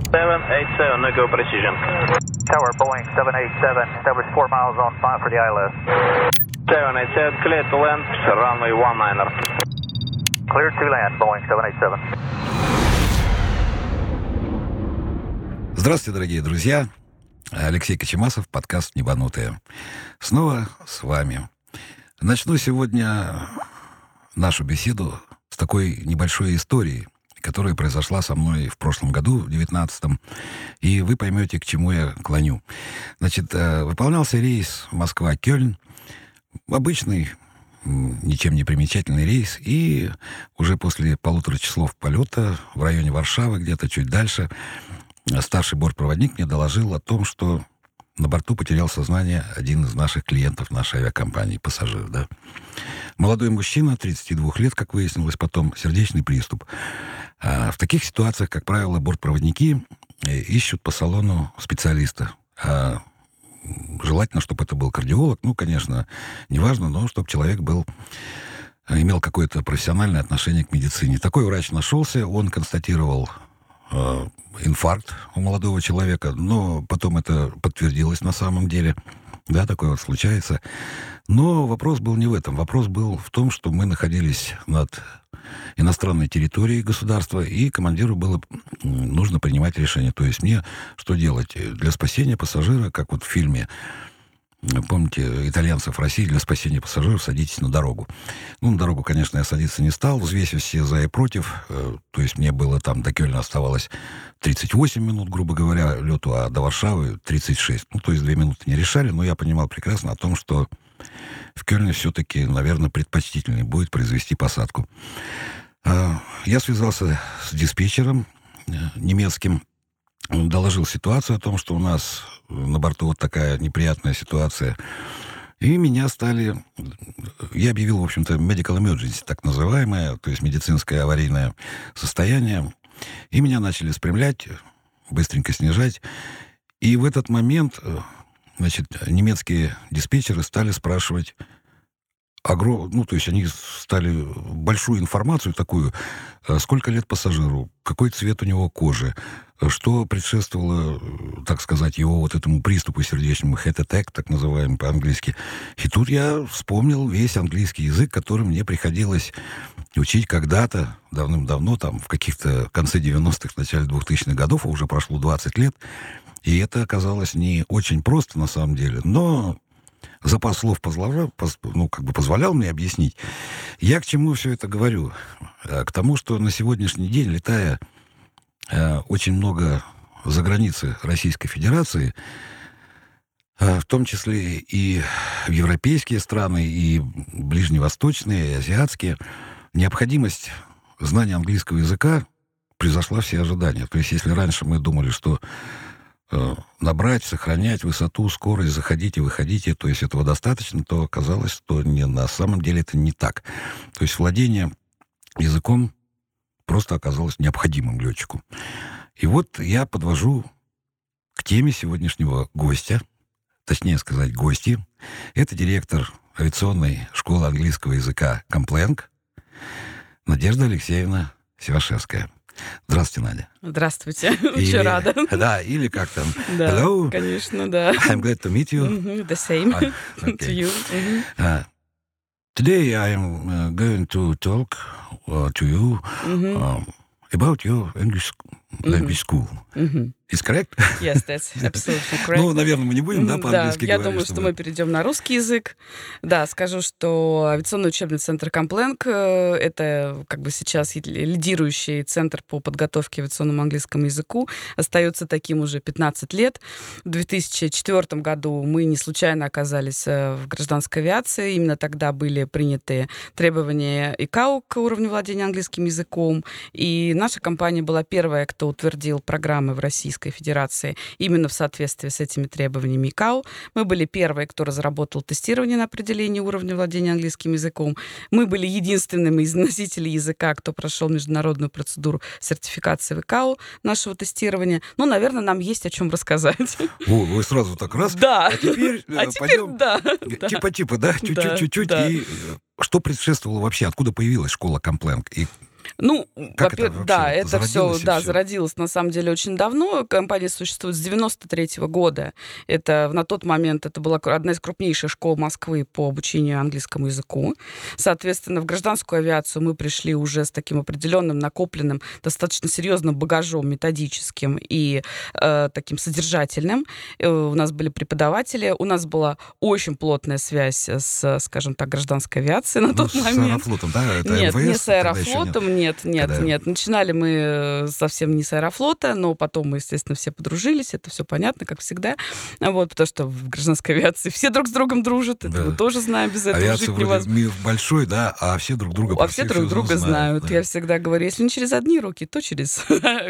787, no go precision. Tower, Boeing 787, established 4 miles on 5 for the ILS. 787, clear to land, runway 19er. Clear to land, Boeing 787. Здравствуйте, дорогие друзья. Алексей Кочемасов, подкаст «Небанутые». Снова с вами. Начну сегодня нашу беседу с такой небольшой историей, которая произошла со мной в прошлом году, в 19-м, и вы поймете, к чему я клоню. Значит, выполнялся рейс Москва-Кёльн, обычный, ничем не примечательный рейс, и уже после 1,5 часов полета в районе Варшавы, где-то чуть дальше, старший бортпроводник мне доложил о том, что на борту потерял сознание один из наших клиентов нашей авиакомпании, пассажир, да. Молодой мужчина, 32 лет, как выяснилось потом, сердечный приступ. В таких ситуациях, как правило, бортпроводники ищут по салону специалиста. Желательно, чтобы это был кардиолог. Ну, конечно, неважно, но чтобы человек имел какое-то профессиональное отношение к медицине. Такой врач нашелся, он констатировал инфаркт у молодого человека, но потом это подтвердилось на самом деле. Да, такое вот случается. Но вопрос был не в этом. Вопрос был в том, что мы находились над иностранной территорией государства, и командиру было нужно принимать решение. То есть мне что делать? Для спасения пассажира, как вот в фильме, помните, итальянцев в России, для спасения пассажиров садитесь на дорогу. Ну, на дорогу, конечно, я садиться не стал, взвесив все за и против. То есть мне было там до Кёльна оставалось 38 минут, грубо говоря, лету, а до Варшавы 36. Ну, то есть 2 минуты не решали, но я понимал прекрасно о том, что в Кёльне все-таки, наверное, предпочтительнее будет произвести посадку. Я связался с диспетчером немецким, он доложил ситуацию о том, что у нас на борту вот такая неприятная ситуация. И я объявил, в общем-то, medical emergency, так называемое, то есть медицинское аварийное состояние. И меня начали спрямлять, быстренько снижать. И в этот момент, значит, немецкие диспетчеры стали спрашивать, то есть они стали большую информацию такую, сколько лет пассажиру, какой цвет у него кожи, что предшествовало, так сказать, его вот этому приступу сердечному, heart attack, так называемый по-английски. И тут я вспомнил весь английский язык, который мне приходилось учить когда-то, давным-давно, там, в каких-то конце 90-х, начале 2000-х годов, а уже прошло 20 лет. И это оказалось не очень просто, на самом деле, но запас слов позволял мне объяснить. Я к чему все это говорю? К тому, что на сегодняшний день, летая очень много за границей Российской Федерации, в том числе и в европейские страны, и ближневосточные, и азиатские, необходимость знания английского языка превзошла все ожидания. То есть, если раньше мы думали, что набрать, сохранять высоту, скорость, заходите, выходите, то есть этого достаточно, то оказалось, что на самом деле это не так. То есть владение языком просто оказалось необходимым летчику. И вот я подвожу к теме сегодняшнего гостя, точнее сказать, гости. Это директор авиационной школы английского языка Компленк Надежда Алексеевна Севашевская. Здравствуйте, Надя. Здравствуйте. Очень рада. Да, или как там? Да, Hello. конечно, да. I'm glad to meet you. The same Okay. to you. Today I am going to talk to you about your English language school. Is correct? Yes, that's absolutely correct. Ну, наверное, мы не будем, да, по-английски я говорить. думаю, что мы перейдем на русский язык. Да, скажу, что авиационный учебный центр Компленк — это как бы сейчас лидирующий центр по подготовке авиационному английскому языку. Остается таким уже 15 лет. В 2004 году мы не случайно оказались в гражданской авиации. Именно тогда были приняты требования ИКАО к уровню владения английским языком. И наша компания была первая, кто утвердил программы в Российской Федерации именно в соответствии с этими требованиями ИКАО. Мы были первые, кто разработал тестирование на определение уровня владения английским языком. Мы были единственными из носителей языка, кто прошел международную процедуру сертификации в ИКАО нашего тестирования. Ну, наверное, нам есть о чем рассказать. О, вы сразу так раз. Да. А теперь пойдем. Да. Типа, да, чуть-чуть. Да. И что предшествовало вообще? Откуда появилась школа Компленк? И Ну, Как это вообще да, это все, зародилось и да, всё? зародилось на самом деле очень давно. Компания существует с 93 года. Это на тот момент это была одна из крупнейших школ Москвы по обучению английскому языку. Соответственно, в гражданскую авиацию мы пришли уже с таким определенным накопленным, достаточно серьезным багажом методическим и таким содержательным. У нас были преподаватели, у нас была очень плотная связь с, скажем так, гражданской авиацией на тот С момент. Аэрофлотом, да? Это Нет, МВС? не с Тогда еще Аэрофлотом, нет. Когда- Начинали мы совсем не с Аэрофлота, но потом мы, естественно, все подружились, это все понятно, как всегда. Вот, потому что в гражданской авиации все друг с другом дружат, это Да. мы тоже знаем, без этого Авиация жить вроде невозможно. мир большой, да, а все друг друга А все друг друга знают. да. Я всегда говорю, если не через одни руки, то через,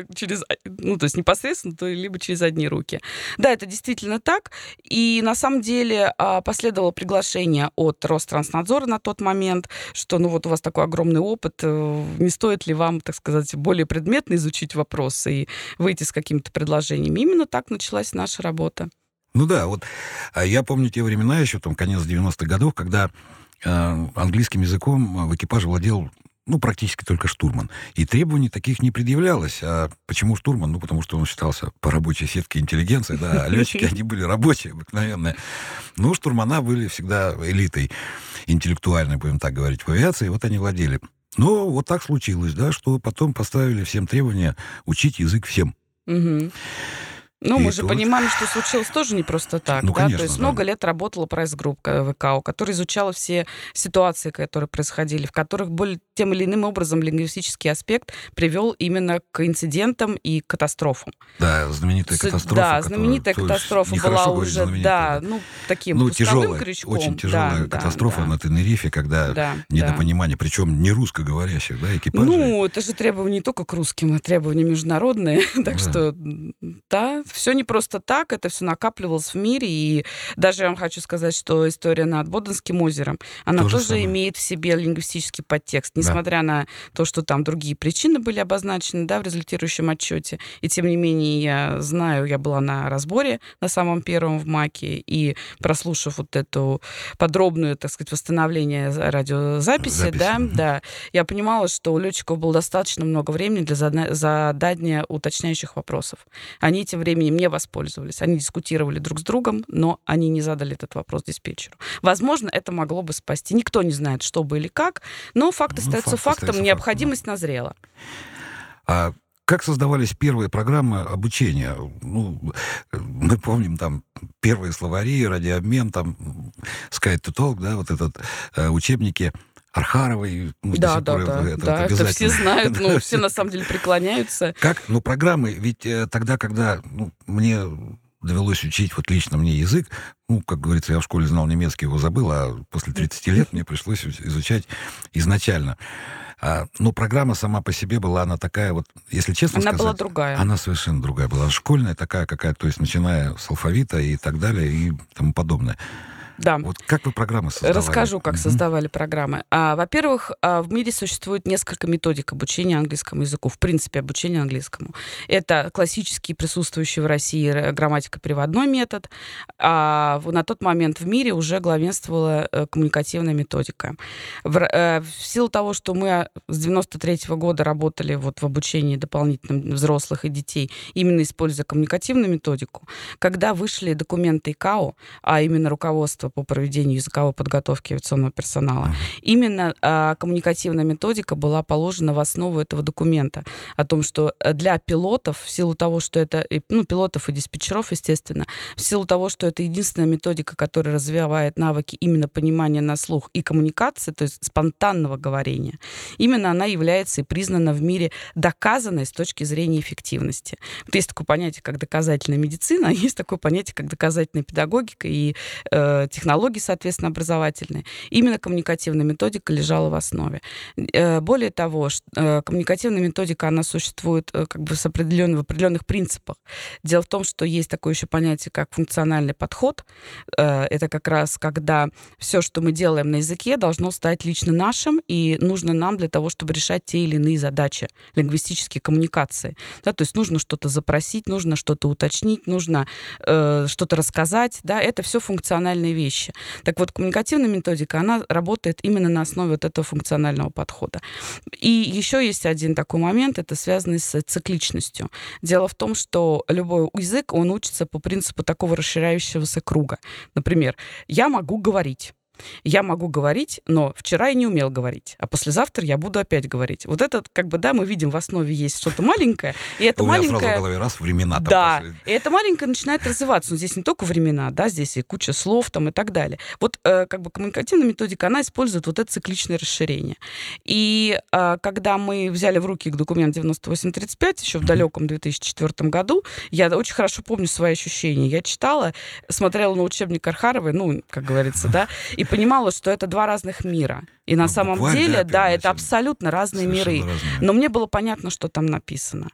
ну, то есть непосредственно, то либо через одни руки. Да, это действительно так. И на самом деле последовало приглашение от Ространснадзора на тот момент, что, ну, вот у вас такой огромный опыт, не стоит ли вам, так сказать, более предметно изучить вопросы и выйти с какими-то предложениями. Именно так началась наша работа. Ну да, вот я помню те времена еще, там, конец 90-х годов, когда английским языком в экипаже владел, ну, практически только штурман. И требований таких не предъявлялось. А почему штурман? Ну, потому что он считался по рабочей сетке интеллигенции, да, а летчики, они были рабочие, обыкновенные. Ну, штурмана были всегда элитой интеллектуальной, будем так говорить, в авиации, вот они владели. Но вот так случилось, да, что потом поставили всем требования учить язык всем. Мгм. Ну, И мы же тут- понимаем, что случилось тоже не просто так. Ну, да? конечно, То есть да. много лет работала пресс-группа ВКО, которая изучала все ситуации, которые происходили, в которых тем или иным образом лингвистический аспект привел именно к инцидентам и катастрофам. Да, знаменитая катастрофа. Да, которая- знаменитая то есть катастрофа нехорошо была говорить уже, знаменитая, да, ну, таким Ну, пусковым тяжелая, крючком. очень тяжелая Да, катастрофа да, на Тенерифе, когда да, недопонимание, причем не русскоговорящих, да, экипажей. Ну, это же требования не только к русским, а требования международные. Так Да. что, да, все не просто так, это все накапливалось в мире. И даже я вам хочу сказать, что история над Боденским озером, она То же тоже самое. имеет в себе лингвистический подтекст, Да. несмотря на то, что там другие причины были обозначены, да, в результирующем отчете. И тем не менее, я знаю, я была на разборе на самом первом в МАКе, и прослушав вот эту подробную, так сказать, восстановление радиозаписи, Записи, да, я понимала, что у летчиков было достаточно много времени для задания уточняющих вопросов. Они этим временем не воспользовались. Они дискутировали друг с другом, но они не задали этот вопрос диспетчеру. Возможно, это могло бы спасти. Никто не знает, что бы или как, но факт Ну, остается факт фактом, остается необходимость назрела. А как создавались первые программы обучения? Ну, мы помним там первые словари, радиообмен, там Sky to Talk, да, вот этот учебники Архаровой. Ну, до Да, сих да, пор да, это да, это все обязательно. знают, Да, ну, все на самом деле преклоняются. Как, ну, программы, ведь тогда, когда мне довелось учить вот лично мне язык, ну, как говорится, я в школе знал немецкий, его забыл, а после 30 лет мне пришлось изучать изначально. Но программа сама по себе была, она такая вот, если честно Она сказать... была другая. Она совершенно другая была. Школьная такая какая-то, то есть начиная с алфавита и так далее и тому подобное. Да. Вот как вы программы создавали? Расскажу, как Мгм. создавали программы. Во-первых, в мире существует несколько методик обучения английскому языку, в принципе, обучения английскому. Это классический, присутствующий в России грамматико-переводной метод. На тот момент в мире уже главенствовала коммуникативная методика. В силу того, что мы с 93 года работали вот в обучении дополнительном взрослых и детей, именно используя коммуникативную методику, когда вышли документы ИКАО, а именно руководство по проведению языковой подготовки авиационного персонала, именно коммуникативная методика была положена в основу этого документа. О том, что для пилотов, в силу того, что это, ну, пилотов и диспетчеров, естественно, в силу того, что это единственная методика, которая развивает навыки именно понимания на слух и коммуникации, то есть спонтанного говорения, именно она является и признана в мире доказанной с точки зрения эффективности. Вот есть такое понятие, как доказательная медицина, а есть такое понятие, как доказательная педагогика и технологии, соответственно, образовательные. Именно коммуникативная методика лежала в основе. Более того, коммуникативная методика, она существует как бы в определенных принципах. Дело в том, что есть такое еще понятие, как функциональный подход. Это как раз когда все, что мы делаем на языке, должно стать лично нашим и нужно нам для того, чтобы решать те или иные задачи лингвистической коммуникации. Да, то есть нужно что-то запросить, нужно что-то уточнить, нужно что-то рассказать. Да, это все функциональные вещи. вещи. Так вот, коммуникативная методика, она работает именно на основе вот этого функционального подхода. И еще есть один такой момент, это связанный с цикличностью. Дело в том, что любой язык, он учится по принципу такого расширяющегося круга. Например, я могу говорить. Я могу говорить, но вчера я не умел говорить, а послезавтра я буду опять говорить. Вот это, как бы, да, мы видим, в основе есть что-то маленькое, и это маленькое... У меня сразу в голове раз времена. Да, и это маленькое начинает развиваться. Но здесь не только времена, да, здесь и куча слов там и так далее. Вот, как бы, коммуникативная методика, она использует вот это цикличное расширение. И когда мы взяли в руки документ 9835 еще в далеком 2004 году, я очень хорошо помню свои ощущения. Я читала, смотрела на учебник Архаровой, ну, как говорится, да, и понимала, что это два разных мира. И на самом деле, да, это абсолютно разные миры. Но мне было понятно, что там написано.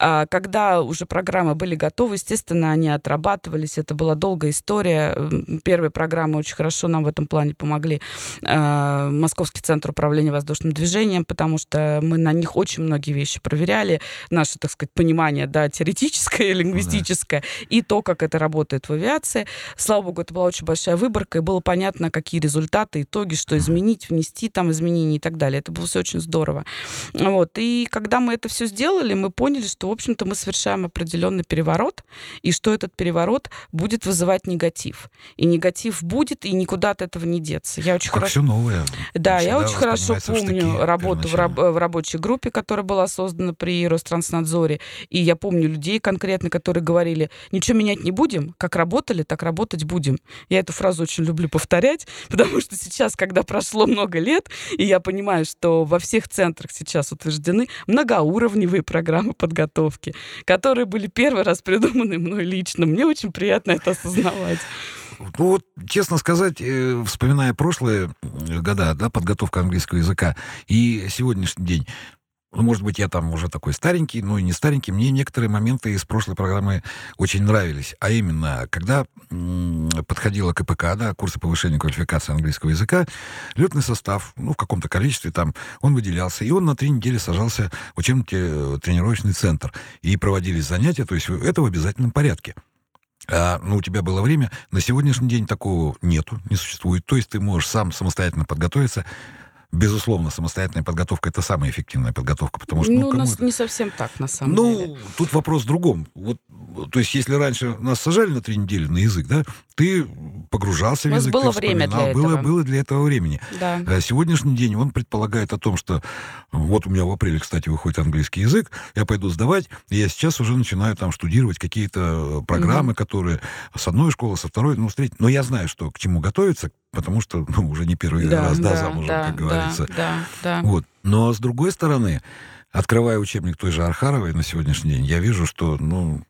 Когда уже программы были готовы, естественно, они отрабатывались. Это была долгая история. Первые программы очень хорошо нам в этом плане помогли. Московский центр управления воздушным движением, потому что мы на них очень многие вещи проверяли. Наше, так сказать, понимание, да, теоретическое, лингвистическое, и то, как это работает в авиации. Слава богу, это была очень большая выборка, и было понятно, какие результаты, итоги, что изменить, внести там изменения и так далее. Это было все очень здорово. Вот. И когда мы это все сделали, мы поняли, что, в общем-то, мы совершаем определенный переворот, и что этот переворот будет вызывать негатив. И негатив будет, и никуда от этого не деться. Я очень как все новое. Да, я очень хорошо помню работу в рабочей группе, которая была создана при Ространснадзоре, и я помню людей конкретно, которые говорили, ничего менять не будем, как работали, так работать будем. Я эту фразу очень люблю повторять, потому что сейчас, когда прошло много лет, и я понимаю, что во всех центрах сейчас утверждены многоуровневые программы подготовки, которые были первый раз придуманы мной лично. Мне очень приятно это осознавать. Ну вот, честно сказать, вспоминая прошлые года, да, подготовка английского языка и сегодняшний день, ну, может быть, я там уже такой старенький, но и не старенький. Мне некоторые моменты из прошлой программы очень нравились. А именно, когда подходила КПК, да, курсы повышения квалификации английского языка, летный состав, ну, в каком-то количестве там, он выделялся. И он на 3 недели сажался в учебно-тренировочный центр. И проводились занятия, то есть это в обязательном порядке. Ну, у тебя было время. На сегодняшний день такого нету, не существует. То есть ты можешь сам самостоятельно подготовиться. Безусловно, самостоятельная подготовка — это самая эффективная подготовка, потому что... Ну, у нас не совсем так, на самом деле. Ну, тут вопрос в другом. Вот, то есть, если раньше нас сажали на 3 недели на язык, да, ты погружался в язык, было время для этого. Было для этого времени. Да. Сегодняшний день он предполагает о том, что... Вот у меня в апреле, кстати, выходит английский язык, я пойду сдавать, и я сейчас уже начинаю там штудировать какие-то программы, которые с одной школы, со второй, ну, с третьей. Но я знаю, что к чему готовиться, потому что, ну, уже не первый раз, замужем, как говорится. Да. Вот. Но, с другой стороны, открывая учебник той же Архаровой на сегодняшний день, я вижу, что, ну,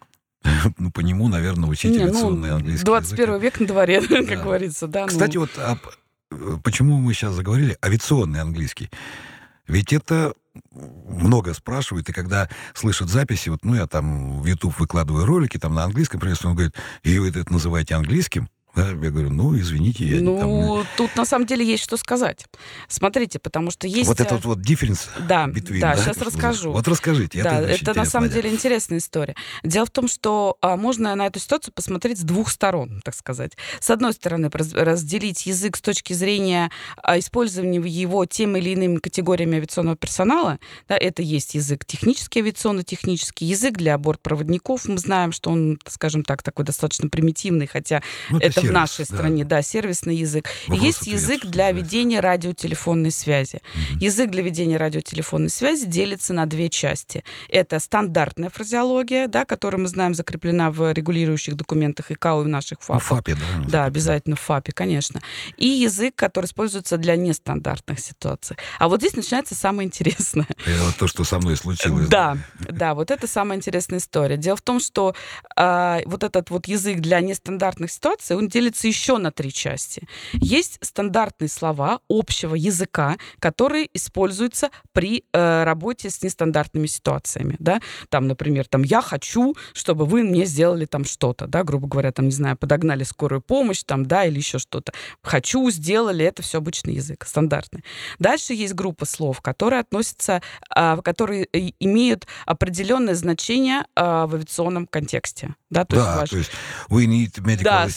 по нему, наверное, учить авиационный английский 21 язык. век на дворе, как говорится, да. Кстати, вот почему мы сейчас заговорили авиационный английский? Ведь это много спрашивают, и когда слышат записи, вот, ну, я там в YouTube выкладываю ролики, там на английском, приветствую, он говорит, и вы это называете английским? Да, я говорю, ну, извините, я не там... тут на самом деле есть что сказать. Смотрите, потому что есть... Вот этот вот difference between, да, сейчас расскажу. Вот расскажите. Да, это на самом деле интересная история. Дело в том, что можно на эту ситуацию посмотреть с двух сторон, так сказать. С одной стороны, разделить язык с точки зрения использования его теми или иными категориями авиационного персонала. Да, это есть язык технический, авиационно-технический, язык для бортпроводников. Мы знаем, что он, скажем так, такой достаточно примитивный, хотя это в нашей стране, да, сервисный язык. Есть язык для ведения радиотелефонной связи. Язык для ведения радиотелефонной связи делится на 2 части. Это стандартная фразеология, да, которая, мы знаем, закреплена в регулирующих документах ИКАО и в наших ФАПах. В ФАПе, да? Да, обязательно в ФАПе, конечно. И язык, который используется для нестандартных ситуаций. А вот здесь начинается самое интересное. Это то, что со мной случилось. Да, вот это самая интересная история. Дело в том, что вот этот вот язык для нестандартных ситуаций, он делится еще на 3 части. Есть стандартные слова общего языка, которые используются при работе с нестандартными ситуациями. Да? Там, например, я хочу, чтобы вы мне сделали там что-то, да, грубо говоря, там, не знаю, подогнали скорую помощь, там, да, или еще что-то. Хочу, сделали, это все обычный язык, стандартный. Дальше есть группа слов, которые относятся, которые имеют определенное значение в авиационном контексте. Да, то есть we need medical assistance,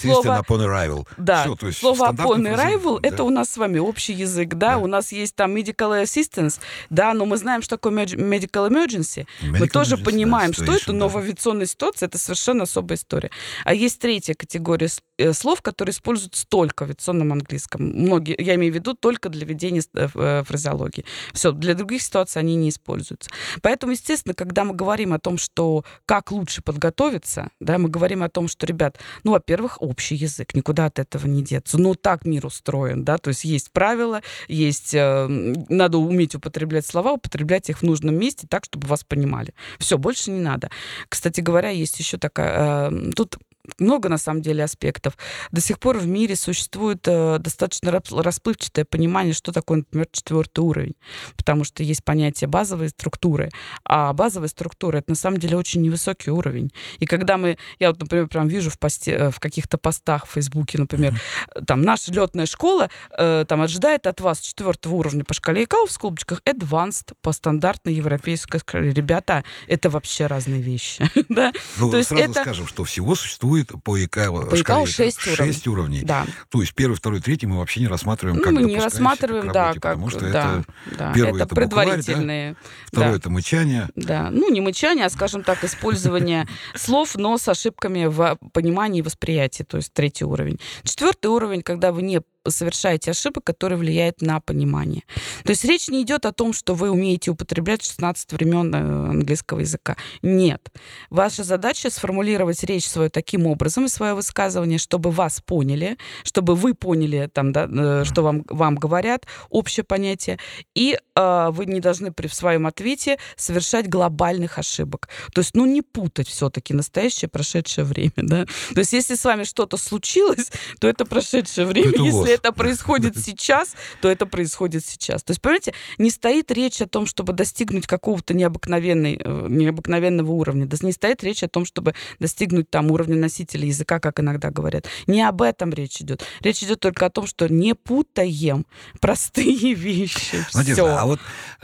upon arrival. Да, Всё, то есть слово upon стандартный arrival — язык, это у нас с вами общий язык, да, у нас есть там medical assistance, да, но мы знаем, что такое medical emergency. Мы Medical тоже emergency, понимаем, да, что это situation, новая авиационная ситуация, это совершенно особая история. А есть третья категория слов, которые используются только в авиационном английском. Многие, я имею в виду, только для ведения фразеологии. Все, для других ситуаций они не используются. Поэтому, естественно, когда мы говорим о том, что как лучше подготовиться, да, мы говорим о том, что, ребят, ну, во-первых, общий язык, никуда от этого не деться. Но так мир устроен, да, то есть правила, надо уметь употреблять слова, употреблять их в нужном месте так, чтобы вас понимали. Все, больше не надо. Кстати говоря, есть еще такая... Тут много, на самом деле, аспектов. До сих пор в мире существует достаточно расплывчатое понимание, что такое, например, 4-й уровень. Потому что есть понятие базовой структуры. А базовая структура — это, на самом деле, очень невысокий уровень. И когда я вот, например, прям вижу в каких-то постах в Фейсбуке, например, там, наша летная школа там ожидает от вас 4-го уровня по шкале ИКАО в скобочках Advanced по стандартной европейской шкале. Ребята, это вообще разные вещи. Да? Ну, то есть сразу это... скажем, что всего существует по ИКАО, по ИКАО шкале 6 уровней. Да. То есть 1, 2, 3 мы вообще не рассматриваем как мы не допускающие рассматриваем, к да, работе, как... потому что да, это первый это это предварительные. Букварь, да? Второе Да. это мычание. Да, ну не мычание, а, скажем так, использование слов, но с ошибками в понимании и восприятии, то есть 3-й уровень. 4-й уровень, когда вы не совершаете ошибок, которые влияют на понимание. То есть речь не идет о том, что вы умеете употреблять 16 времен английского языка. Нет. Ваша задача сформулировать речь свою таким образом и свое высказывание, чтобы вас поняли, чтобы вы поняли, там, да, что вам говорят, общее понятие, и вы не должны в своем ответе совершать глобальных ошибок. То есть, ну, не путать все-таки настоящее, прошедшее время. Да? То есть, если с вами что-то случилось, то это прошедшее время. Это Если это происходит сейчас, то это происходит сейчас. То есть, понимаете, не стоит речь о том, чтобы достигнуть какого-то необыкновенного уровня. Не стоит речь о том, чтобы достигнуть там уровня носителя языка, как иногда говорят. Не об этом речь идет. Речь идет только о том, что не путаем простые вещи. Надежда, а вот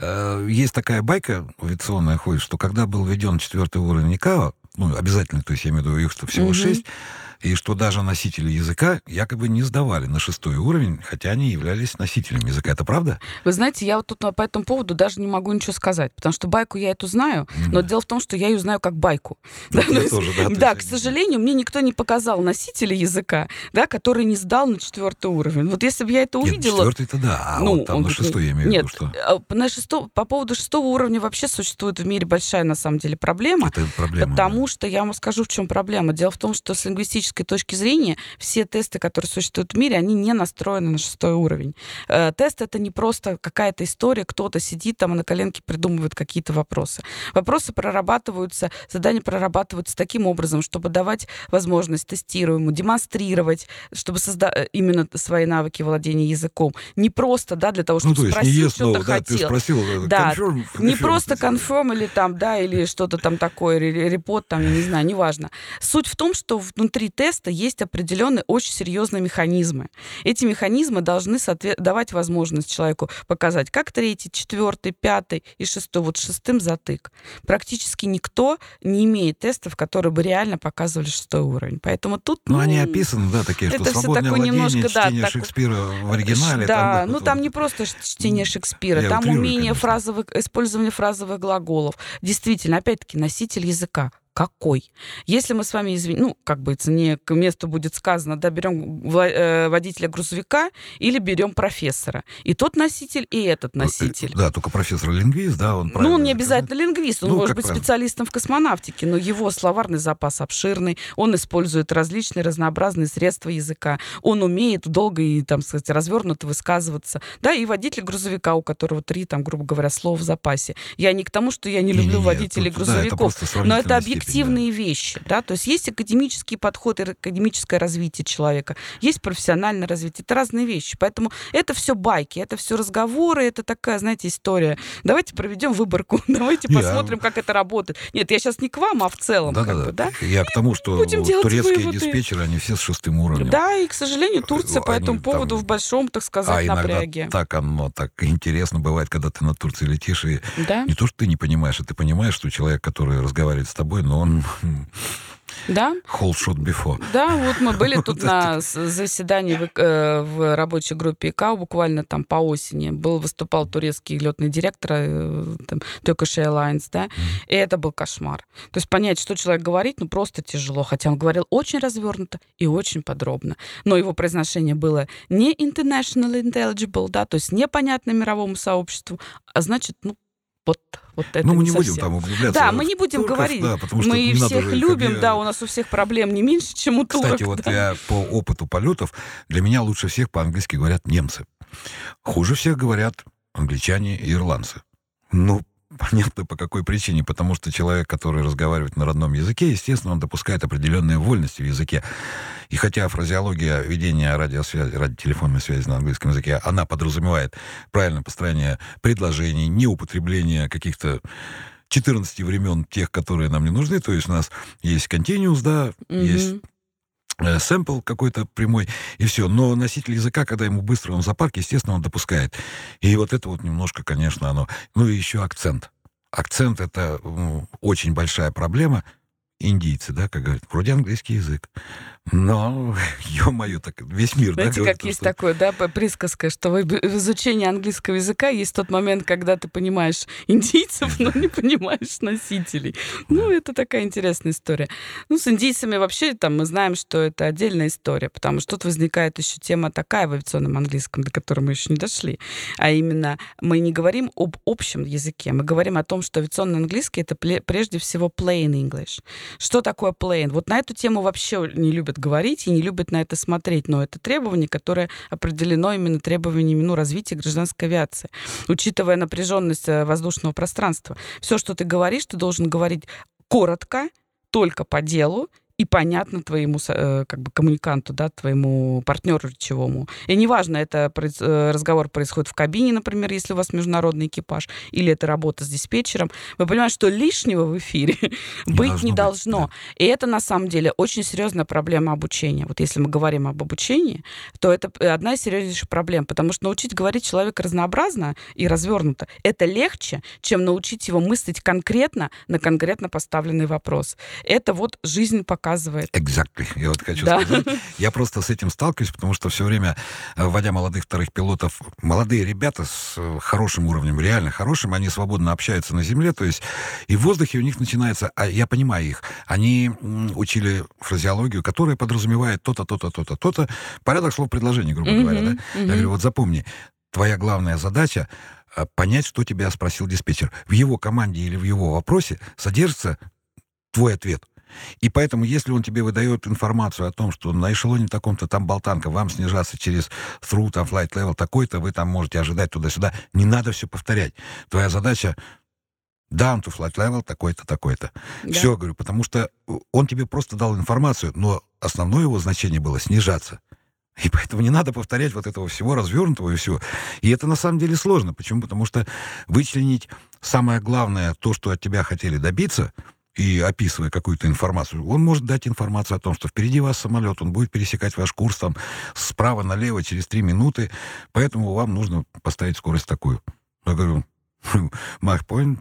есть такая байка авиационная ходит, что когда был введен 4-й уровень ИКАО, ну, обязательно, то есть я имею в виду их, что всего 6, и что даже носители языка якобы не сдавали на 6-й уровень, хотя они являлись носителями языка. Это правда? Вы знаете, я вот тут по этому поводу даже не могу ничего сказать, потому что байку я эту знаю, но дело в том, что я ее знаю как байку. Да, я тоже, да. Да, к сожалению, мне никто не показал носителя языка, да, который не сдал на 4-й уровень. Вот если бы я это увидела... Нет, 4-й-то да, а вот там на 6-й я имею в виду, что... По поводу 6-го уровня вообще существует в мире большая, на самом деле, проблема. Это проблема. Потому что, я вам скажу, в чем проблема. Дело в том, что с лингвистической точки зрения все тесты, которые существуют в мире, они не настроены на 6-й уровень. Тест — это не просто какая-то история, кто-то сидит там и на коленке придумывает какие-то вопросы. Вопросы прорабатываются, задания прорабатываются таким образом, чтобы давать возможность тестируемому демонстрировать, чтобы создать именно свои навыки владения языком. Не просто, да, для того, чтобы спросить, что-то хотел. Ты спросил, да, confirm, не просто confirm или там, да, или что-то там такое, репорт, там, я не знаю, неважно. Суть в том, что внутри теста есть определенные очень серьезные механизмы. Эти механизмы должны давать возможность человеку показать, как 3-й, 4-й, 5-й и 6-й. Вот 6-м затык. Практически никто не имеет тестов, которые бы реально показывали 6-й уровень. Поэтому тут... Ну, они описаны, да, такие, что свободное владение, чтение Шекспира в оригинале. Да, там не просто чтение Шекспира, там умение использование фразовых глаголов. Действительно, опять-таки, носитель языка. Какой? Если мы с вами, не к месту будет сказано, да, берем водителя грузовика или берем профессора. И тот носитель, и этот носитель. Да, только профессор-лингвист, да, он правильно. Ну, он не обязательно лингвист, он может быть правильно? Специалистом в космонавтике, но его словарный запас обширный, он использует различные разнообразные средства языка, он умеет долго и, там, сказать, развернуто высказываться. Да, и водитель грузовика, у которого 3, там, грубо говоря, слова в запасе. Я не к тому, что я не люблю водителей грузовиков, но это объективные вещи, да, то есть есть академический подход и академическое развитие человека, есть профессиональное развитие, это разные вещи, поэтому это все байки, это все разговоры, это такая, знаете, история. Давайте проведем выборку, давайте посмотрим, как это работает. Нет, я сейчас не к вам, а в целом. Да? Я к тому, что турецкие диспетчеры, они все с 6-м уровнем. Да, и, к сожалению, Турция по этому поводу в большом, так сказать, напряге. Так интересно бывает, когда ты на Турции летишь, и не то, что ты не понимаешь, а ты понимаешь, что человек, который разговаривает с тобой, но он Да. Whole shot before. Да, вот мы были тут на заседании в рабочей группе ИКАО, буквально там по осени. Выступал турецкий летный директор Turkish Airlines, да, и это был кошмар. То есть понять, что человек говорит, ну просто тяжело, хотя он говорил очень развернуто и очень подробно. Но его произношение было не international intelligible, да, то есть непонятно мировому сообществу, а значит, вот это мы не не будем совсем. там углубляться. Да, мы не будем говорить. Да, потому что мы всех уже, любим, да, у нас у всех проблем не меньше, чем у турок. Кстати, вот я по опыту полетов, для меня лучше всех по-английски говорят немцы. Хуже всех говорят англичане и ирландцы. Понятно, по какой причине. Потому что человек, который разговаривает на родном языке, естественно, он допускает определенные вольности в языке. И хотя фразеология ведения радиотелефонной связи на английском языке, она подразумевает правильное построение предложений, неупотребление каких-то 14 времен тех, которые нам не нужны. То есть у нас есть continuous, да, есть сэмпл какой-то прямой, и все. Но носитель языка, когда ему быстро он в зоопарке, естественно, он допускает. И вот это вот немножко, конечно, оно... Ну и еще акцент. Акцент — это очень большая проблема. Индийцы, да, как говорят, вроде английский язык. Но, ё-моё, так весь мир, знаете, да, говорит, как есть такое, да, присказка, что в изучении английского языка есть тот момент, когда ты понимаешь индийцев, но не понимаешь носителей. Это такая интересная история. С индийцами вообще там мы знаем, что это отдельная история, потому что тут возникает еще тема такая в авиационном английском, до которой мы еще не дошли. А именно, мы не говорим об общем языке, мы говорим о том, что авиационный английский — это прежде всего plain English. Что такое plain? Вот на эту тему вообще не любят говорить и не любят на это смотреть, но это требование, которое определено именно требованиями развития гражданской авиации. Учитывая напряженность воздушного пространства, все, что ты говоришь, ты должен говорить коротко, только по делу, и понятно твоему коммуниканту, да, твоему партнеру речевому. И неважно, это разговор происходит в кабине, например, если у вас международный экипаж, или это работа с диспетчером. Вы понимаете, что лишнего в эфире быть не должно. Да. И это, на самом деле, очень серьезная проблема обучения. Вот если мы говорим об обучении, то это одна из серьезнейших проблем, потому что научить говорить человека разнообразно и развернуто — это легче, чем научить его мыслить конкретно на конкретно поставленный вопрос. Это вот жизнь показывает. Exactly. Я вот хочу сказать. Я просто с этим сталкиваюсь, потому что все время, вводя молодых вторых пилотов, молодые ребята с хорошим уровнем, реально хорошим, они свободно общаются на земле, то есть и в воздухе у них начинается, я понимаю их, они учили фразеологию, которая подразумевает то-то, то-то, то-то, то-то, порядок слов предложений, грубо говоря, да? Я говорю, вот запомни, твоя главная задача понять, что тебя спросил диспетчер. В его команде или в его вопросе содержится твой ответ. И поэтому, если он тебе выдает информацию о том, что на эшелоне таком-то там болтанка, вам снижаться через through, там, flight level такой-то, вы там можете ожидать туда-сюда, не надо все повторять. Твоя задача down to flight level такой-то, такой-то. Да. Все, говорю, потому что он тебе просто дал информацию, но основное его значение было снижаться. И поэтому не надо повторять вот этого всего развернутого и всего. И это на самом деле сложно. Почему? Потому что вычленить самое главное, то, что от тебя хотели добиться, и описывая какую-то информацию, он может дать информацию о том, что впереди вас самолет, он будет пересекать ваш курс там справа налево через 3 минуты, поэтому вам нужно поставить скорость такую. Я говорю, Mach point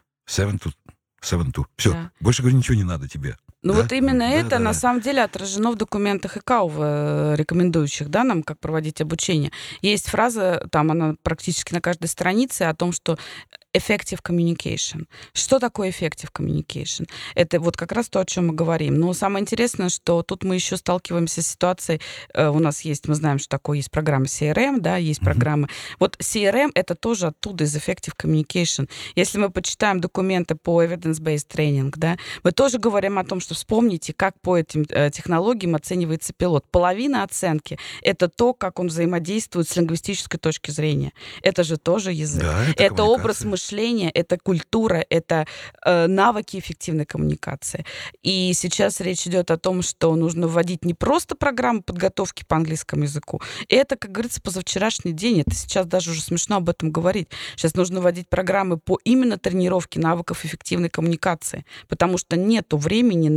7-2. Все, да. Больше, говорю, ничего не надо тебе. Ну да? Вот именно это на самом деле отражено в документах ИКАО, рекомендующих, да, нам, как проводить обучение. Есть фраза, там она практически на каждой странице, о том, что effective communication. Что такое effective communication? Это вот как раз то, о чем мы говорим. Но самое интересное, что тут мы еще сталкиваемся с ситуацией, у нас есть, мы знаем, что такое, есть программа CRM, да, есть программы. Вот CRM — это тоже оттуда из effective communication. Если мы почитаем документы по evidence-based training, да, мы тоже говорим о том, что вспомните, как по этим технологиям оценивается пилот. Половина оценки — это то, как он взаимодействует с лингвистической точки зрения. Это же тоже язык. Да, это образ мышления, это культура, это навыки эффективной коммуникации. И сейчас речь идет о том, что нужно вводить не просто программу подготовки по английскому языку. Это, как говорится, позавчерашний день. Это сейчас даже уже смешно об этом говорить. Сейчас нужно вводить программы по именно тренировке навыков эффективной коммуникации, потому что нету времени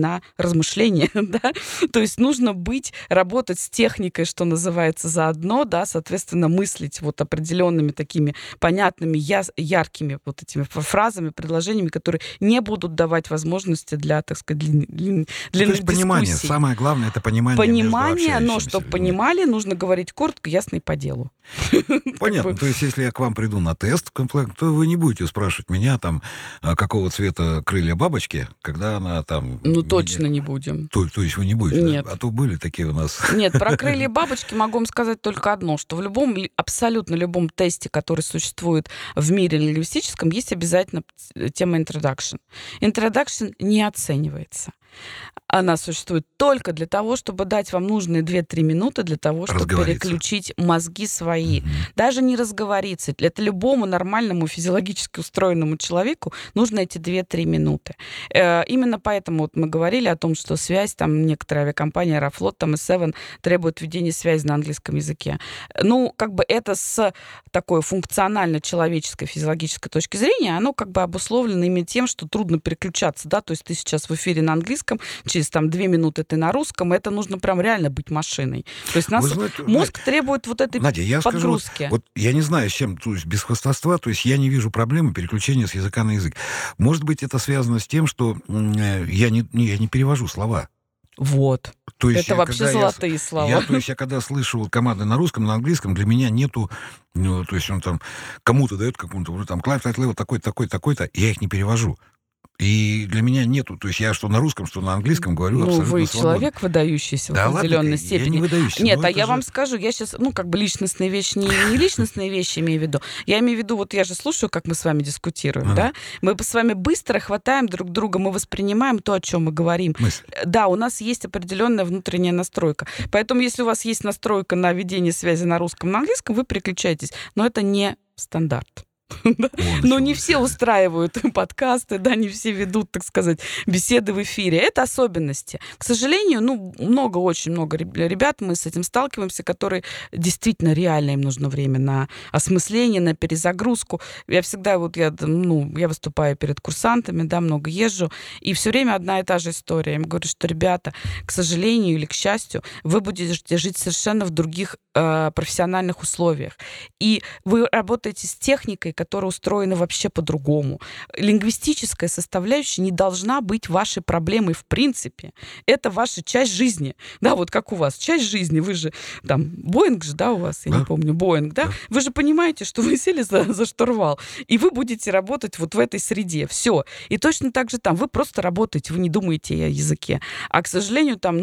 на размышления, да, то есть нужно работать с техникой, что называется, заодно, да, соответственно, мыслить вот определенными такими понятными, яркими вот этими фразами, предложениями, которые не будут давать возможности для, так сказать, длинных дискуссий. Понимание, самое главное, это понимание. Понимание, но чтобы понимали, нужно говорить коротко, ясно и по делу. Понятно. То есть, если я к вам приду на тест, то вы не будете спрашивать меня, там, какого цвета крылья бабочки, когда она там... Ну, точно не будем. То есть вы не будете? Нет. А то были такие у нас... Нет, про крылья бабочки могу вам сказать только одно, что в любом, абсолютно любом тесте, который существует в мире лингвистическом, есть обязательно тема introduction. Introduction не оценивается. Она существует только для того, чтобы дать вам нужные 2-3 минуты для того, чтобы переключить мозги свои. Даже не разговориться. Это любому нормальному физиологически устроенному человеку нужно эти 2-3 минуты. Именно поэтому вот мы говорили о том, что связь, там некоторые авиакомпании, Аэрофлот, там и Seven требуют введения связи на английском языке. Ну, как бы это с такой функционально-человеческой, физиологической точки зрения, оно как бы обусловлено именно тем, что трудно переключаться, да, то есть ты сейчас в эфире на английском, через там 2 минуты ты на русском, это нужно прям реально быть машиной. То есть мозг требует вот этой Надя, я подгрузки. Скажу, вот я не знаю, с чем, то есть без хвастовства, то есть я не вижу проблемы переключения с языка на язык. Может быть, это связано с тем, что я не перевожу слова. Вот. То есть это вообще золотые слова. То есть я когда слышу команды на русском, на английском, для меня нету, ну, то есть он там кому-то дает какому-то, там, Клайв Тайтлева такой-то, такой-то, я их не перевожу. И для меня нету, то есть я что на русском, что на английском говорю абсолютно свободно. Ну, вы человек, выдающийся в определенной степени. Я не выдающийся. Нет, я вам скажу, я сейчас, как бы личностные вещи, не личностные вещи имею в виду. Я имею в виду, вот я же слушаю, как мы с вами дискутируем, да? Мы с вами быстро хватаем друг друга, мы воспринимаем то, о чем мы говорим. Да, у нас есть определенная внутренняя настройка. Поэтому, если у вас есть настройка на ведение связи на русском, на английском, вы переключаетесь. Но это не стандарт. Но не все устраивают подкасты, да, не все ведут, так сказать, беседы в эфире. Это особенности. К сожалению, очень много ребят, мы с этим сталкиваемся, которые действительно реально им нужно время на осмысление, на перезагрузку. Я всегда, я выступаю перед курсантами, да, много езжу, и все время одна и та же история. Я им говорю, что, ребята, к сожалению или к счастью, вы будете жить совершенно в других профессиональных условиях. И вы работаете с техникой, которая устроена вообще по-другому. Лингвистическая составляющая не должна быть вашей проблемой в принципе. Это ваша часть жизни. Да, вот как у вас. Часть жизни. Вы же там, Боинг же, да, у вас, я не помню, Боинг, да? Вы же понимаете, что вы сели за штурвал, и вы будете работать вот в этой среде. Все. И точно так же там. Вы просто работаете, вы не думаете о языке. А, к сожалению, там,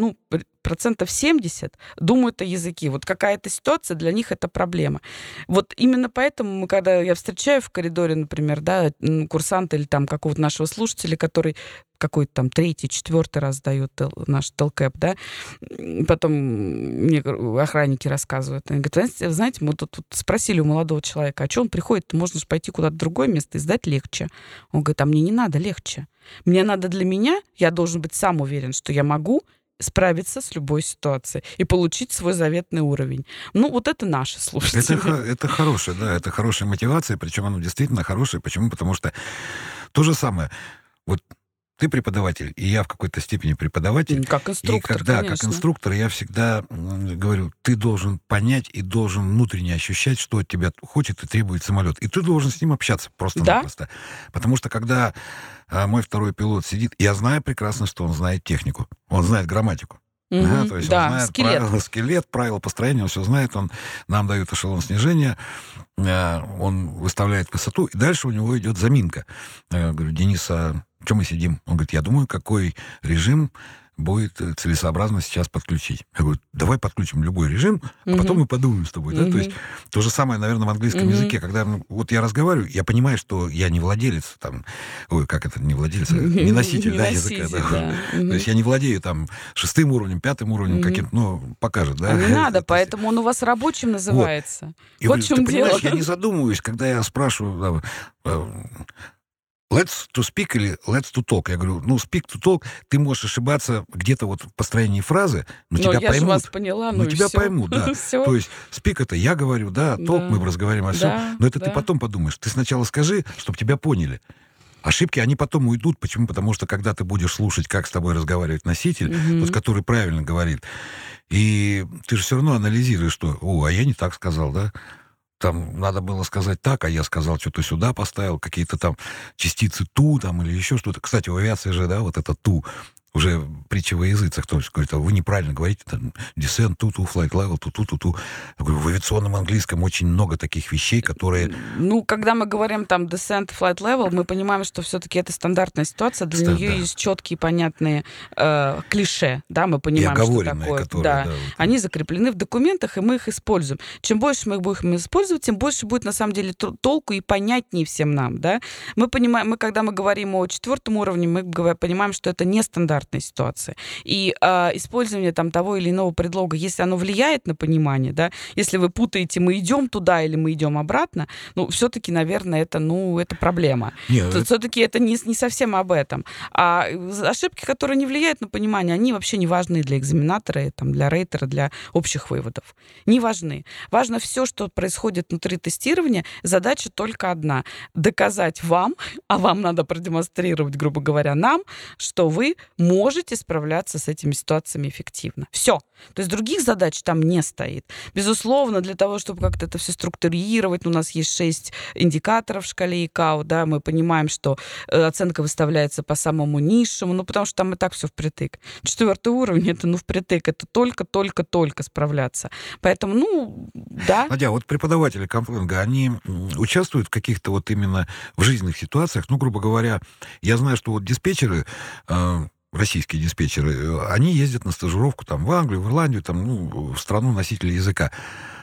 70% думают о языке. Вот какая-то ситуация, для них это проблема. Вот именно поэтому, когда я встречаю в коридоре, например, да, курсанта или там какого-то нашего слушателя, который какой-то там 3-й, 4-й раз дает наш ТЛКЭП, да, потом мне охранники рассказывают. Они говорят, знаете, мы тут спросили у молодого человека, а что он приходит? Можно же пойти куда-то в другое место и сдать легче. Он говорит, а мне не надо легче. Мне надо для меня, я должен быть сам уверен, что я могу справиться с любой ситуацией и получить свой заветный уровень. Вот это наши слушатели. Это хорошая, да, это хорошая мотивация, причем она действительно хорошая. Почему? Потому что то же самое. Вот ты преподаватель, и я в какой-то степени преподаватель. Как инструктор, конечно. Как инструктор я всегда говорю, ты должен понять и должен внутренне ощущать, что от тебя хочет и требует самолет. И ты должен с ним общаться просто-напросто. Да? Потому что когда мой второй пилот сидит, я знаю прекрасно, что он знает технику, он знает грамматику. Да, то есть он знает скелет, правила построения, он все знает, он нам дает эшелон снижения, он выставляет высоту, и дальше у него идет заминка. Я говорю, Денис, а что мы сидим? Он говорит, я думаю, какой режим будет целесообразно сейчас подключить. Я говорю, давай подключим любой режим, а потом мы подумаем с тобой. Да? То есть то же самое, наверное, в английском языке. Когда вот я разговариваю, я понимаю, что я не владелец, там, не владелец, не носитель языка. Да. То есть я не владею там 6-м уровнем, 5-м уровнем, каким-то, покажет. Да? Не надо, поэтому он у вас рабочим называется. Вот в чем дело. Я не задумываюсь, когда я спрашиваю... Let's to speak или let's to talk. Я говорю, speak to talk, ты можешь ошибаться где-то вот в построении фразы, но тебя поймут. Я же вас поняла, тебя поймут, да. То есть speak это я говорю, да, talk мы разговариваем о всем, но это ты потом подумаешь. Ты сначала скажи, чтобы тебя поняли. Ошибки, они потом уйдут. Почему? Потому что когда ты будешь слушать, как с тобой разговаривает носитель, тот, который правильно говорит, и ты же все равно анализируешь, что, а я не так сказал, да? Там надо было сказать так, а я сказал, что-то сюда поставил, какие-то там частицы ту там или еще что-то. Кстати, в авиации же, да, вот это ту, уже притча во языцах, кто говорит, вы неправильно говорите, там, descent, ту, flight level, ту. Я говорю, в авиационном английском очень много таких вещей, которые... Ну, когда мы говорим там descent, flight level, мы понимаем, что все-таки это стандартная ситуация, для нее есть четкие, понятные клише, да, мы понимаем, что такое. Которые, вот. Они закреплены в документах, и мы их используем. Чем больше мы их будем использовать, тем больше будет, на самом деле, толку и понятнее всем нам, да. Мы понимаем, когда мы говорим о 4 уровне, мы понимаем, что это не стандартная ситуация. И использование там того или иного предлога, если оно влияет на понимание, да, если вы путаете, мы идем туда или мы идем обратно, ну, все-таки, наверное, это проблема. Все-таки это не совсем об этом. А ошибки, которые не влияют на понимание, они вообще не важны для экзаменатора, там, для рейтера, для общих выводов. Не важны. Важно все, что происходит внутри тестирования. Задача только одна. Доказать вам, а вам надо продемонстрировать, грубо говоря, нам, что вы можете справляться с этими ситуациями эффективно. Все. То есть других задач там не стоит. Безусловно, для того, чтобы как-то это все структурировать, у нас есть 6 индикаторов в шкале ИКАО, да, мы понимаем, что оценка выставляется по самому низшему, потому что там и так все впритык. 4 уровень — это впритык, это только справляться. Поэтому, да. Надя, вот преподаватели Компленга, они участвуют в каких-то вот именно в жизненных ситуациях, грубо говоря, я знаю, что вот диспетчеры, российские диспетчеры, они ездят на стажировку там в Англию, в Ирландию, там, в страну носителя языка.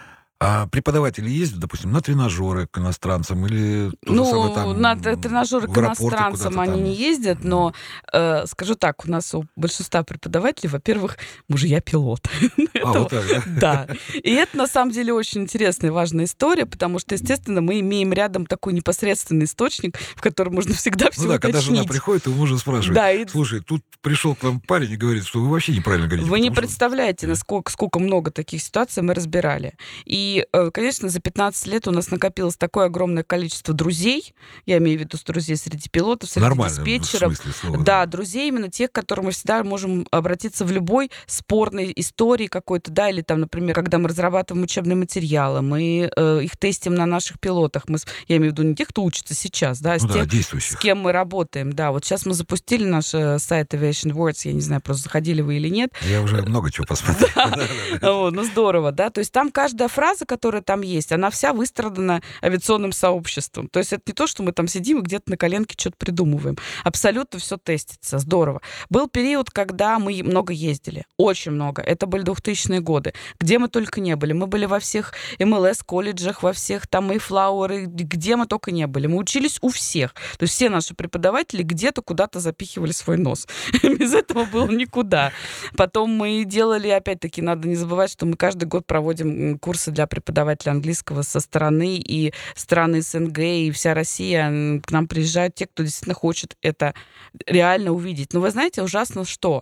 А преподаватели ездят, допустим, на тренажеры к иностранцам или то же самое там... на тренажеры к иностранцам они не ездят, но, скажу так, у нас у большинства преподавателей, во-первых, мужья-пилоты. Вот так, да? Да. И это, на самом деле, очень интересная и важная история, потому что, естественно, мы имеем рядом такой непосредственный источник, в котором можно всегда все уточнить. Когда жена приходит, и мужа спрашивает, слушай, тут пришел к нам парень и говорит, что вы вообще неправильно говорите. Вы не представляете, сколько много таких ситуаций мы разбирали. И, конечно, за 15 лет у нас накопилось такое огромное количество друзей, я имею в виду друзей среди пилотов, среди диспетчеров. В смысле слова, да, друзей именно тех, к которым мы всегда можем обратиться в любой спорной истории какой-то, да, или там, например, когда мы разрабатываем учебные материалы, мы их тестим на наших пилотах. Я имею в виду не тех, кто учится сейчас, да, а тех, с кем мы работаем. Да, вот сейчас мы запустили наш сайт Aviation Words, я не знаю, просто заходили вы или нет. Я уже много чего посмотрел. Ну, здорово, да, то есть там каждая фраза, которая там есть, она вся выстрадана авиационным сообществом. То есть это не то, что мы там сидим и где-то на коленке что-то придумываем. Абсолютно все тестится. Здорово. Был период, когда мы много ездили. Очень много. Это были 2000-е годы. Где мы только не были. Мы были во всех МЛС-колледжах, во всех там Mayflower, где мы только не были. Мы учились у всех. То есть все наши преподаватели где-то куда-то запихивали свой нос. Без этого было никуда. Потом мы делали, опять-таки, надо не забывать, что мы каждый год проводим курсы для преподавателя английского со стороны, и страны СНГ, и вся Россия, к нам приезжают те, кто действительно хочет это реально увидеть. Но вы знаете, ужасно что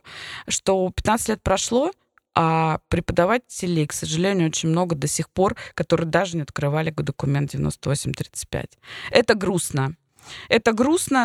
15 лет прошло, а преподавателей, к сожалению, очень много до сих пор, которые даже не открывали документ 9835. Это грустно. Это грустно,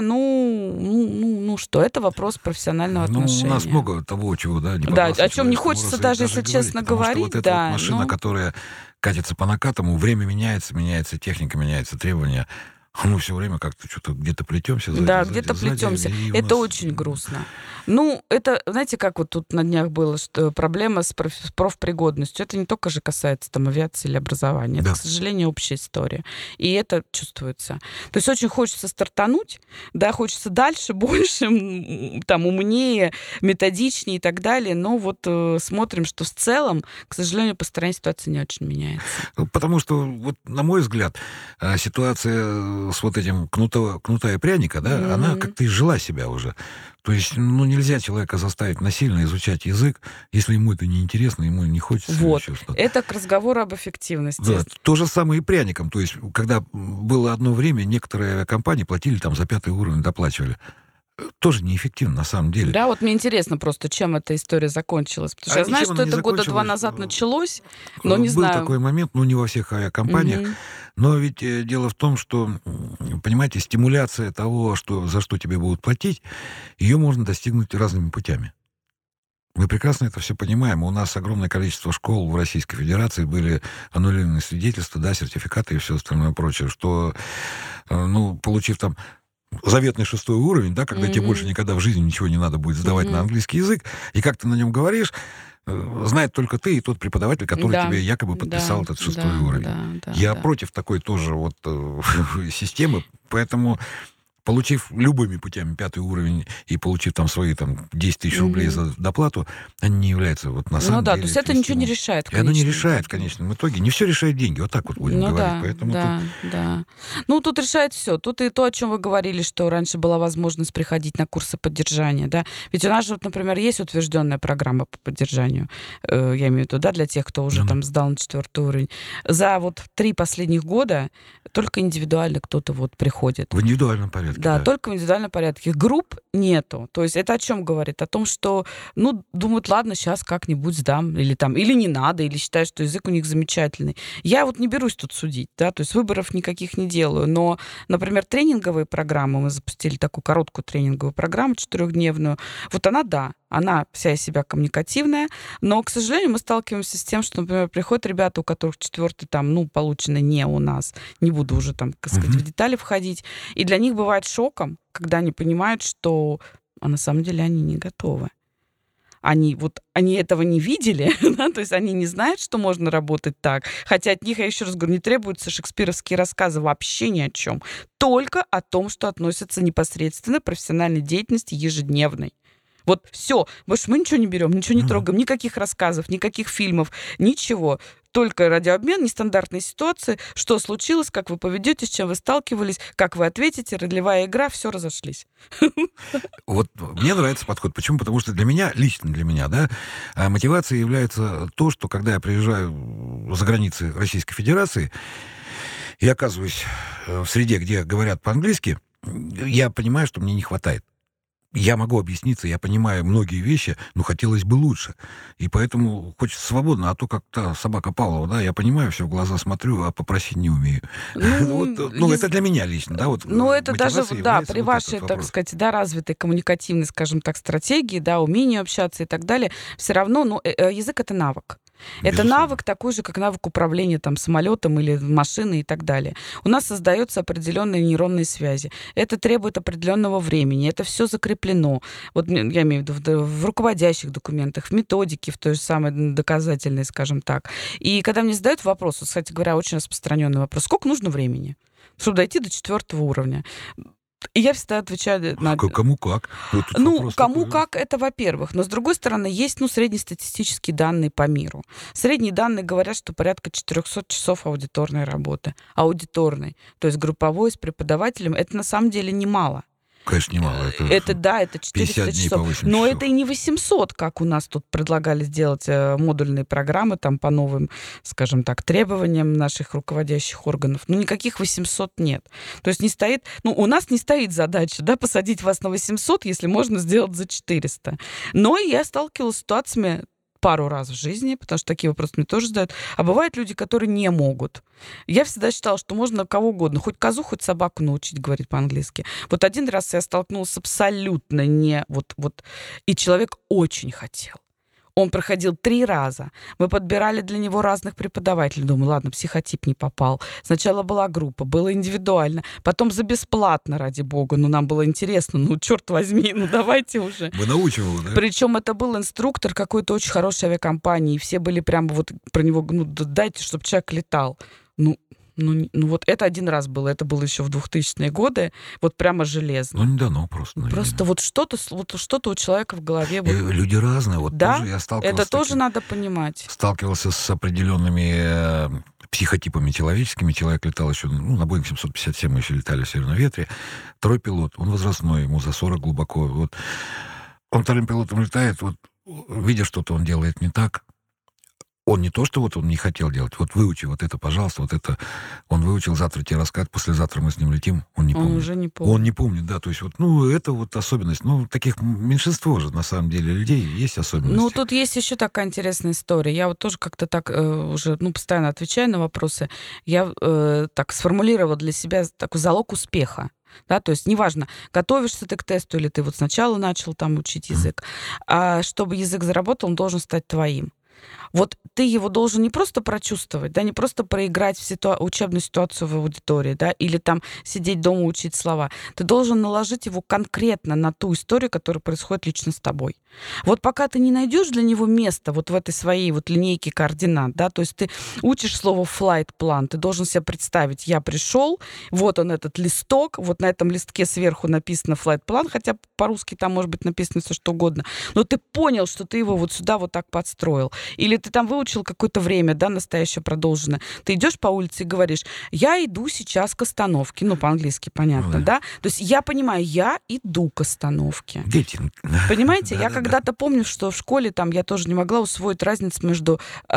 что, это вопрос профессионального отношения. У нас много того, чего, да, не да, о чем не хочется даже, если честно говорить. Вот эта вот машина, которая катится по накатам, время меняется техника, меняются требования. Мы все время как-то что-то где-то плетемся. Да, где-то плетемся. Это очень грустно. Это, знаете, как вот тут на днях было, что проблема с профпригодностью. Это не только же касается там авиации или образования. Это, к сожалению, общая история. И это чувствуется. То есть очень хочется стартануть, да, хочется дальше, больше, там, умнее, методичнее и так далее. Но вот смотрим, что в целом, к сожалению, по стране ситуация не очень меняется. Потому что, вот, на мой взгляд, ситуация с вот этим кнута и пряника, да, она как-то изжила себя уже. То есть, нельзя человека заставить насильно изучать язык, если ему это неинтересно, ему не хочется. Вот. Это к разговору об эффективности. Да. То же самое и пряником. То есть, когда было одно время, некоторые авиакомпании платили там за 5 уровень, доплачивали. тоже неэффективно на самом деле. Да, вот мне интересно просто, чем эта история закончилась. Потому что я знаю, что это года 2 назад началось, но не знаю. Был такой момент, не во всех авиакомпаниях, но ведь дело в том, что, понимаете, стимуляция того, за что тебе будут платить, ее можно достигнуть разными путями. Мы прекрасно это все понимаем. У нас огромное количество школ в Российской Федерации были аннулированы свидетельства, да, сертификаты и все остальное прочее, что, получив там заветный 6 уровень, да, когда тебе больше никогда в жизни ничего не надо будет сдавать на английский язык, и как ты на нем говоришь, знает только ты и тот преподаватель, который тебе якобы подписал этот 6 уровень. Я против такой тоже системы, поэтому, получив любыми путями 5 уровень и получив там свои 10 тысяч рублей за доплату, они не являются на самом деле... то есть это ничего не решает. И оно не решает в конечном итоге. Не все решает деньги, вот так вот будем говорить. Поэтому тут... тут решает все. Тут и то, о чем вы говорили, что раньше была возможность приходить на курсы поддержания, да. Ведь у нас же, например, есть утвержденная программа по поддержанию, я имею в виду, да, для тех, кто уже там сдал на 4 уровень. За 3 последних года только индивидуально кто-то приходит. В индивидуальном порядке. Да, только в индивидуальном порядке. Групп нету. То есть это о чем говорит? О том, что, думают, ладно, сейчас как-нибудь сдам, или не надо, или считают, что язык у них замечательный. Я не берусь тут судить, да, то есть выборов никаких не делаю. Но, например, тренинговые программы, мы запустили такую короткую тренинговую программу 4-дневную, она вся из себя коммуникативная, но, к сожалению, мы сталкиваемся с тем, что, например, приходят ребята, у которых 4-й получено не у нас, не буду уже в детали входить, и для них бывает шоком, когда они понимают, что на самом деле они не готовы. Они этого не видели, да, то есть они не знают, что можно работать так. Хотя от них, я еще раз говорю, не требуются шекспировские рассказы вообще ни о чем. Только о том, что относится непосредственно к профессиональной деятельности ежедневной. Все. Больше мы ничего не берем, ничего не трогаем, никаких рассказов, никаких фильмов, ничего. Только радиообмен, нестандартные ситуации, что случилось, как вы поведетесь, с чем вы сталкивались, как вы ответите, ролевая игра, все разошлись. Мне нравится подход. Почему? Потому что лично для меня, да, мотивацией является то, что когда я приезжаю за границы Российской Федерации и оказываюсь в среде, где говорят по-английски, я понимаю, что мне не хватает. Я могу объясниться, я понимаю многие вещи, но хотелось бы лучше. И поэтому хочется свободно, а то как-то собака Павлова, да, я понимаю, все в глаза смотрю, а попросить не умею. Это для меня лично, да, это даже, при вашей, так сказать, развитой коммуникативной, скажем так, стратегии, да, умению общаться и так далее, все равно, язык — это навык. Это навык такой же, как навык управления самолетом или машиной и так далее. У нас создаются определенные нейронные связи. Это требует определенного времени. Это все закреплено. Я имею в виду в руководящих документах, в методике, в той же самой доказательной, скажем так. И когда мне задают вопрос, кстати говоря, очень распространенный вопрос, сколько нужно времени, чтобы дойти до 4 уровня? И я всегда отвечаю на... Кому как? Кому как, это во-первых. Но, с другой стороны, есть среднестатистические данные по миру. Средние данные говорят, что порядка 400 часов аудиторной работы. Аудиторной. То есть групповой, с преподавателем. Это на самом деле немало. Конечно, немало. Это 400 часов. Но это и не 800, как у нас тут предлагали сделать модульные программы по новым, скажем так, требованиям наших руководящих органов. Никаких 800 нет. То есть не стоит... у нас не стоит задача, посадить вас на 800, если можно сделать за 400. Но я сталкивалась с ситуациями пару раз в жизни, потому что такие вопросы мне тоже задают. А бывают люди, которые не могут. Я всегда считала, что можно кого угодно, хоть козу, хоть собаку научить говорить по-английски. Один раз я столкнулась с абсолютно не... И человек очень хотел. Он проходил 3 раза. Мы подбирали для него разных преподавателей. Думаю, ладно, психотип не попал. Сначала была группа, было индивидуально. Потом за бесплатно, ради бога. Нам было интересно. Черт возьми, давайте уже. Вы научивали, да? Причем это был инструктор какой-то очень хорошей авиакомпании. И все были прямо про него, дайте, чтобы человек летал. Это 1 раз было. Это было еще в 2000-е годы. Прямо железно. Не дано просто. Просто что-то у человека в голове. Люди разные. Да, тоже я сталкивался это тоже надо понимать. Сталкивался с определенными психотипами человеческими. Человек летал еще, на Boeing 757 мы еще летали в «Северном ветре». 2-й пилот, он возрастной, ему за 40 глубоко. Он 2-м пилотом летает, видя что-то он делает не так, Он не то, что вот он не хотел делать. Вот выучи вот это, пожалуйста, вот это. Он выучил, завтра тебе раскат, послезавтра мы с ним летим. Он не помнит. Он уже не помнит. Он не помнит, да. То есть вот, это вот особенность. Таких меньшинство же, на самом деле, людей есть особенности. Тут есть еще такая интересная история. Я вот тоже как-то так уже, постоянно отвечаю на вопросы. Я так сформулировала для себя такой залог успеха. Да, то есть неважно, готовишься ты к тесту или ты вот сначала начал там учить язык, а чтобы язык заработал, он должен стать твоим. Вот ты его должен не просто прочувствовать, да, не просто проиграть в учебную ситуацию в аудитории, да, или там сидеть дома учить слова. Ты должен наложить его конкретно на ту историю, которая происходит лично с тобой. Вот пока ты не найдешь для него место вот в этой своей вот линейке координат, да, то есть ты учишь слово flight plan, ты должен себе представить, я пришел, вот он этот листок, вот на этом листке сверху написано flight plan, хотя по-русски там может быть написано все что угодно, но ты понял, что ты его вот сюда вот так подстроил. Или ты там выучил какое-то время, да, настоящее продолженное. Ты идешь по улице и говоришь, я иду сейчас к остановке. По-английски понятно, да? То есть я понимаю, я иду к остановке. Дети. Понимаете? Я когда-то помню, что в школе там я тоже не могла усвоить разницу между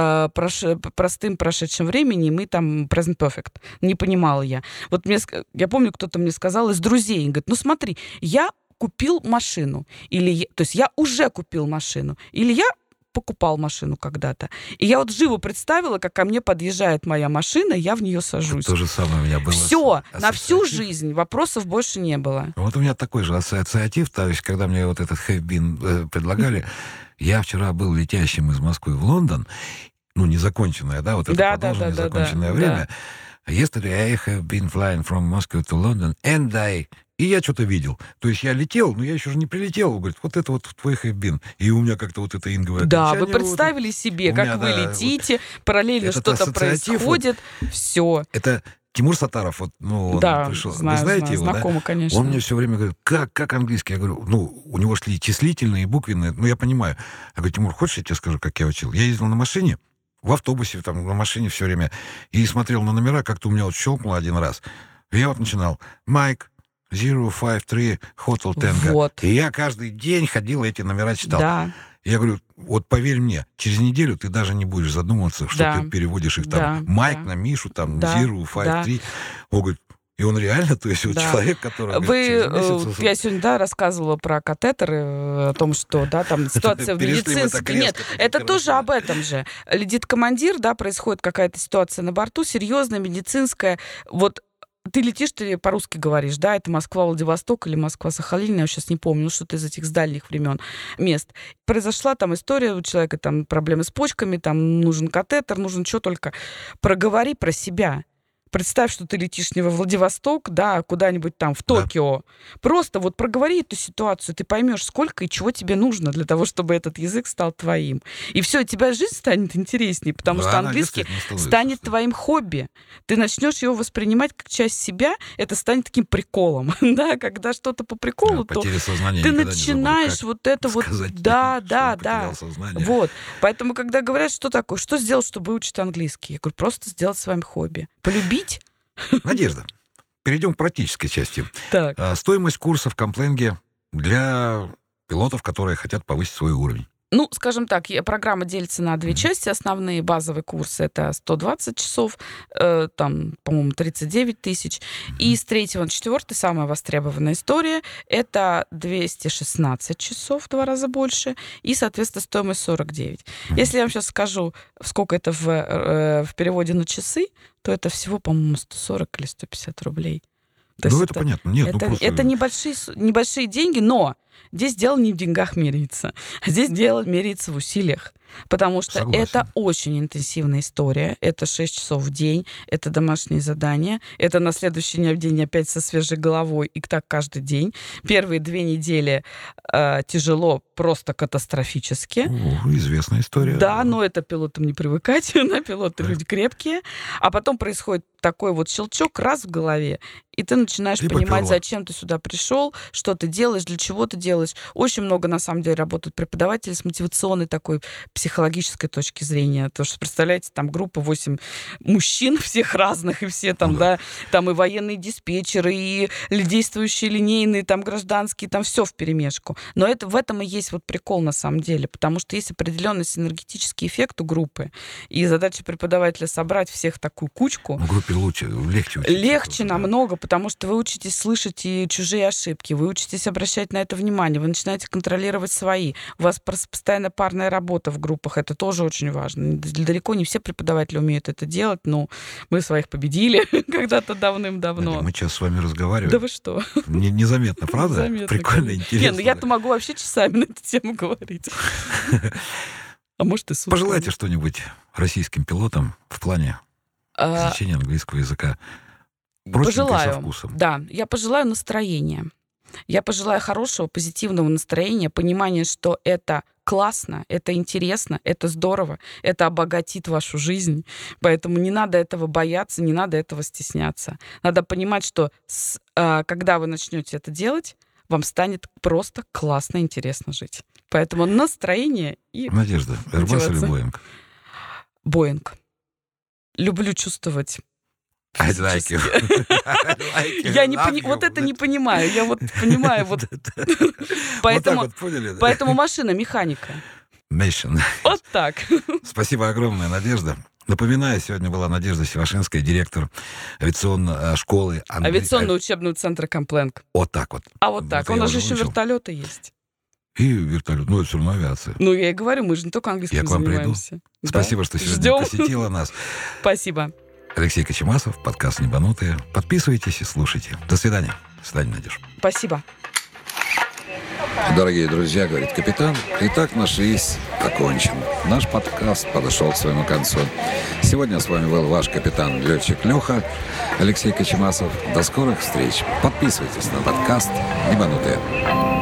простым прошедшим временем и там present perfect. Не понимала я. Вот я помню, кто-то мне сказал из друзей, он говорит, смотри, я купил машину. То есть я уже купил машину. Или я покупал машину когда-то. И я вот живо представила, как ко мне подъезжает моя машина, и я в нее сажусь. То же самое у меня было. Все, на всю жизнь вопросов больше не было. Вот у меня такой же ассоциатив, то есть, когда мне вот этот have been предлагали, я вчера был летящим из Москвы в Лондон, незаконченное, да, вот это продолженное незаконченное время. Yesterday I have been flying from Moscow to London, и я что-то видел. То есть я летел, но я еще же не прилетел. Он говорит, вот это вот твой have-been. И у меня как-то вот это инговое окончание. Да, вы представили себе, как вы летите, параллельно что-то происходит. Все. Это Тимур Сатаров, он пришел. Знаю, вы знаете его, знакомо, да? Конечно. Он мне все время говорит, как английский? Я говорю, у него шли числительные, буквенные, я понимаю. Я говорю, Тимур, хочешь, я тебе скажу, как я учил? Я ездил на машине, в автобусе, там, на машине все время, и смотрел на номера, как-то у меня вот щелкнуло один раз. И я вот начинал, Майк, 053 Hotel Tango. Вот. И я каждый день ходил, эти номера читал. Да. Я говорю, вот поверь мне, через неделю ты даже не будешь задумываться, что ты переводишь их там. Майк на Мишу, там, 053. Он говорит, и он реально, то есть вот человек, который... Я сегодня, рассказывала про катетеры, о том, что, там ситуация в медицинской... Нет, это тоже об этом же. Летит командир, происходит какая-то ситуация на борту, серьезная, медицинская. Вот ты летишь, ты по-русски говоришь, да, это Москва-Владивосток или Москва-Сахалин, я сейчас не помню, что-то из этих с дальних времен мест. Произошла там история у человека, там проблемы с почками, там нужен катетер, нужен что только. Проговори про себя. Представь, что ты летишь не во Владивосток, а куда-нибудь там в Токио. Да. Просто вот проговори эту ситуацию, ты поймешь, сколько и чего тебе нужно для того, чтобы этот язык стал твоим. И все, у тебя жизнь станет интереснее, потому что английский станет твоим хобби. Ты начнешь его воспринимать как часть себя, это станет таким приколом. Да, когда что-то по приколу, то ты начинаешь вот это вот... Да. Вот. Поэтому, когда говорят, что такое, что сделать, чтобы выучить английский? Я говорю, просто сделать с вами хобби. Полюбить. Надежда, перейдем к практической части. Так. Стоимость курса в Компленге для пилотов, которые хотят повысить свой уровень. Скажем так, программа делится на две части. Основные базовые курсы — это 120 часов, там, по-моему, 39 тысяч. И с 3 на 4 самая востребованная история — это 216 часов, в 2 раза больше, и, соответственно, стоимость 49. Если я вам сейчас скажу, сколько это в переводе на часы, то это всего, по-моему, 140 или 150 рублей. Это понятно. Нет, это небольшие деньги, но здесь дело не в деньгах меряется. Здесь дело меряется в усилиях. Потому что это очень интенсивная история. Это 6 часов в день, это домашние задания, это на следующий день опять со свежей головой, и так каждый день. Первые 2 недели тяжело, просто катастрофически. Известная история. Да, но это пилотам не привыкать, пилоты люди крепкие. А потом происходит такой вот щелчок раз в голове, и ты начинаешь понимать, зачем ты сюда пришел, что ты делаешь, для чего ты делаешь. Очень много, на самом деле, работают преподаватели с мотивационной такой психологической точки зрения. То, что, представляете, там группа 8 мужчин всех разных, и все там, да, там и военные диспетчеры, и действующие линейные, там гражданские, там все вперемешку. Но в этом и есть вот прикол на самом деле, потому что есть определенный синергетический эффект у группы, и задача преподавателя собрать всех в такую кучку. В группе легче учиться. Легче намного, потому что вы учитесь слышать и чужие ошибки, вы учитесь обращать на это внимание, вы начинаете контролировать свои. У вас постоянно парная работа в группах, это тоже очень важно. Далеко не все преподаватели умеют это делать, но мы своих победили когда-то давным-давно. Мы сейчас с вами разговариваем. Да вы что? Незаметно, правда? Незаметно, Прикольно, конечно. интересно. Нет, я-то могу вообще часами на эту тему говорить. А может и сутками. Пожелайте что-нибудь российским пилотам в плане изучения английского языка. Простенько, со вкусом. Да, я пожелаю настроения. Я пожелаю хорошего, позитивного настроения, понимания, что это классно, это интересно, это здорово, это обогатит вашу жизнь. Поэтому не надо этого бояться, не надо этого стесняться. Надо понимать, что когда вы начнете это делать, вам станет просто классно, интересно жить. Поэтому настроение и... Надежда, Airbus или Boeing? Boeing. Люблю чувствовать... I like you. Я вот это не понимаю. Я вот понимаю. Вот. Поэтому машина, механика. Mission. Вот так. Спасибо огромное, Надежда. Напоминаю, сегодня была Надежда Севашинская, директор авиационной школы. Авиационно-учебного центра «Компленк». Вот так вот. А вот так. У нас же еще вертолеты есть. И вертолет. Ну, это все равно авиация. Ну, я и говорю, мы же не только английским занимаемся. Я к вам приду. Спасибо, что сегодня посетила нас. Спасибо. Алексей Кочемасов, подкаст «Небанутые». Подписывайтесь и слушайте. До свидания. До свидания, Надюш. Спасибо. Дорогие друзья, говорит капитан, итак, наш рейс окончен. Наш подкаст подошел к своему концу. Сегодня с вами был ваш капитан-летчик Леха, Алексей Кочемасов. До скорых встреч. Подписывайтесь на подкаст «Небанутые».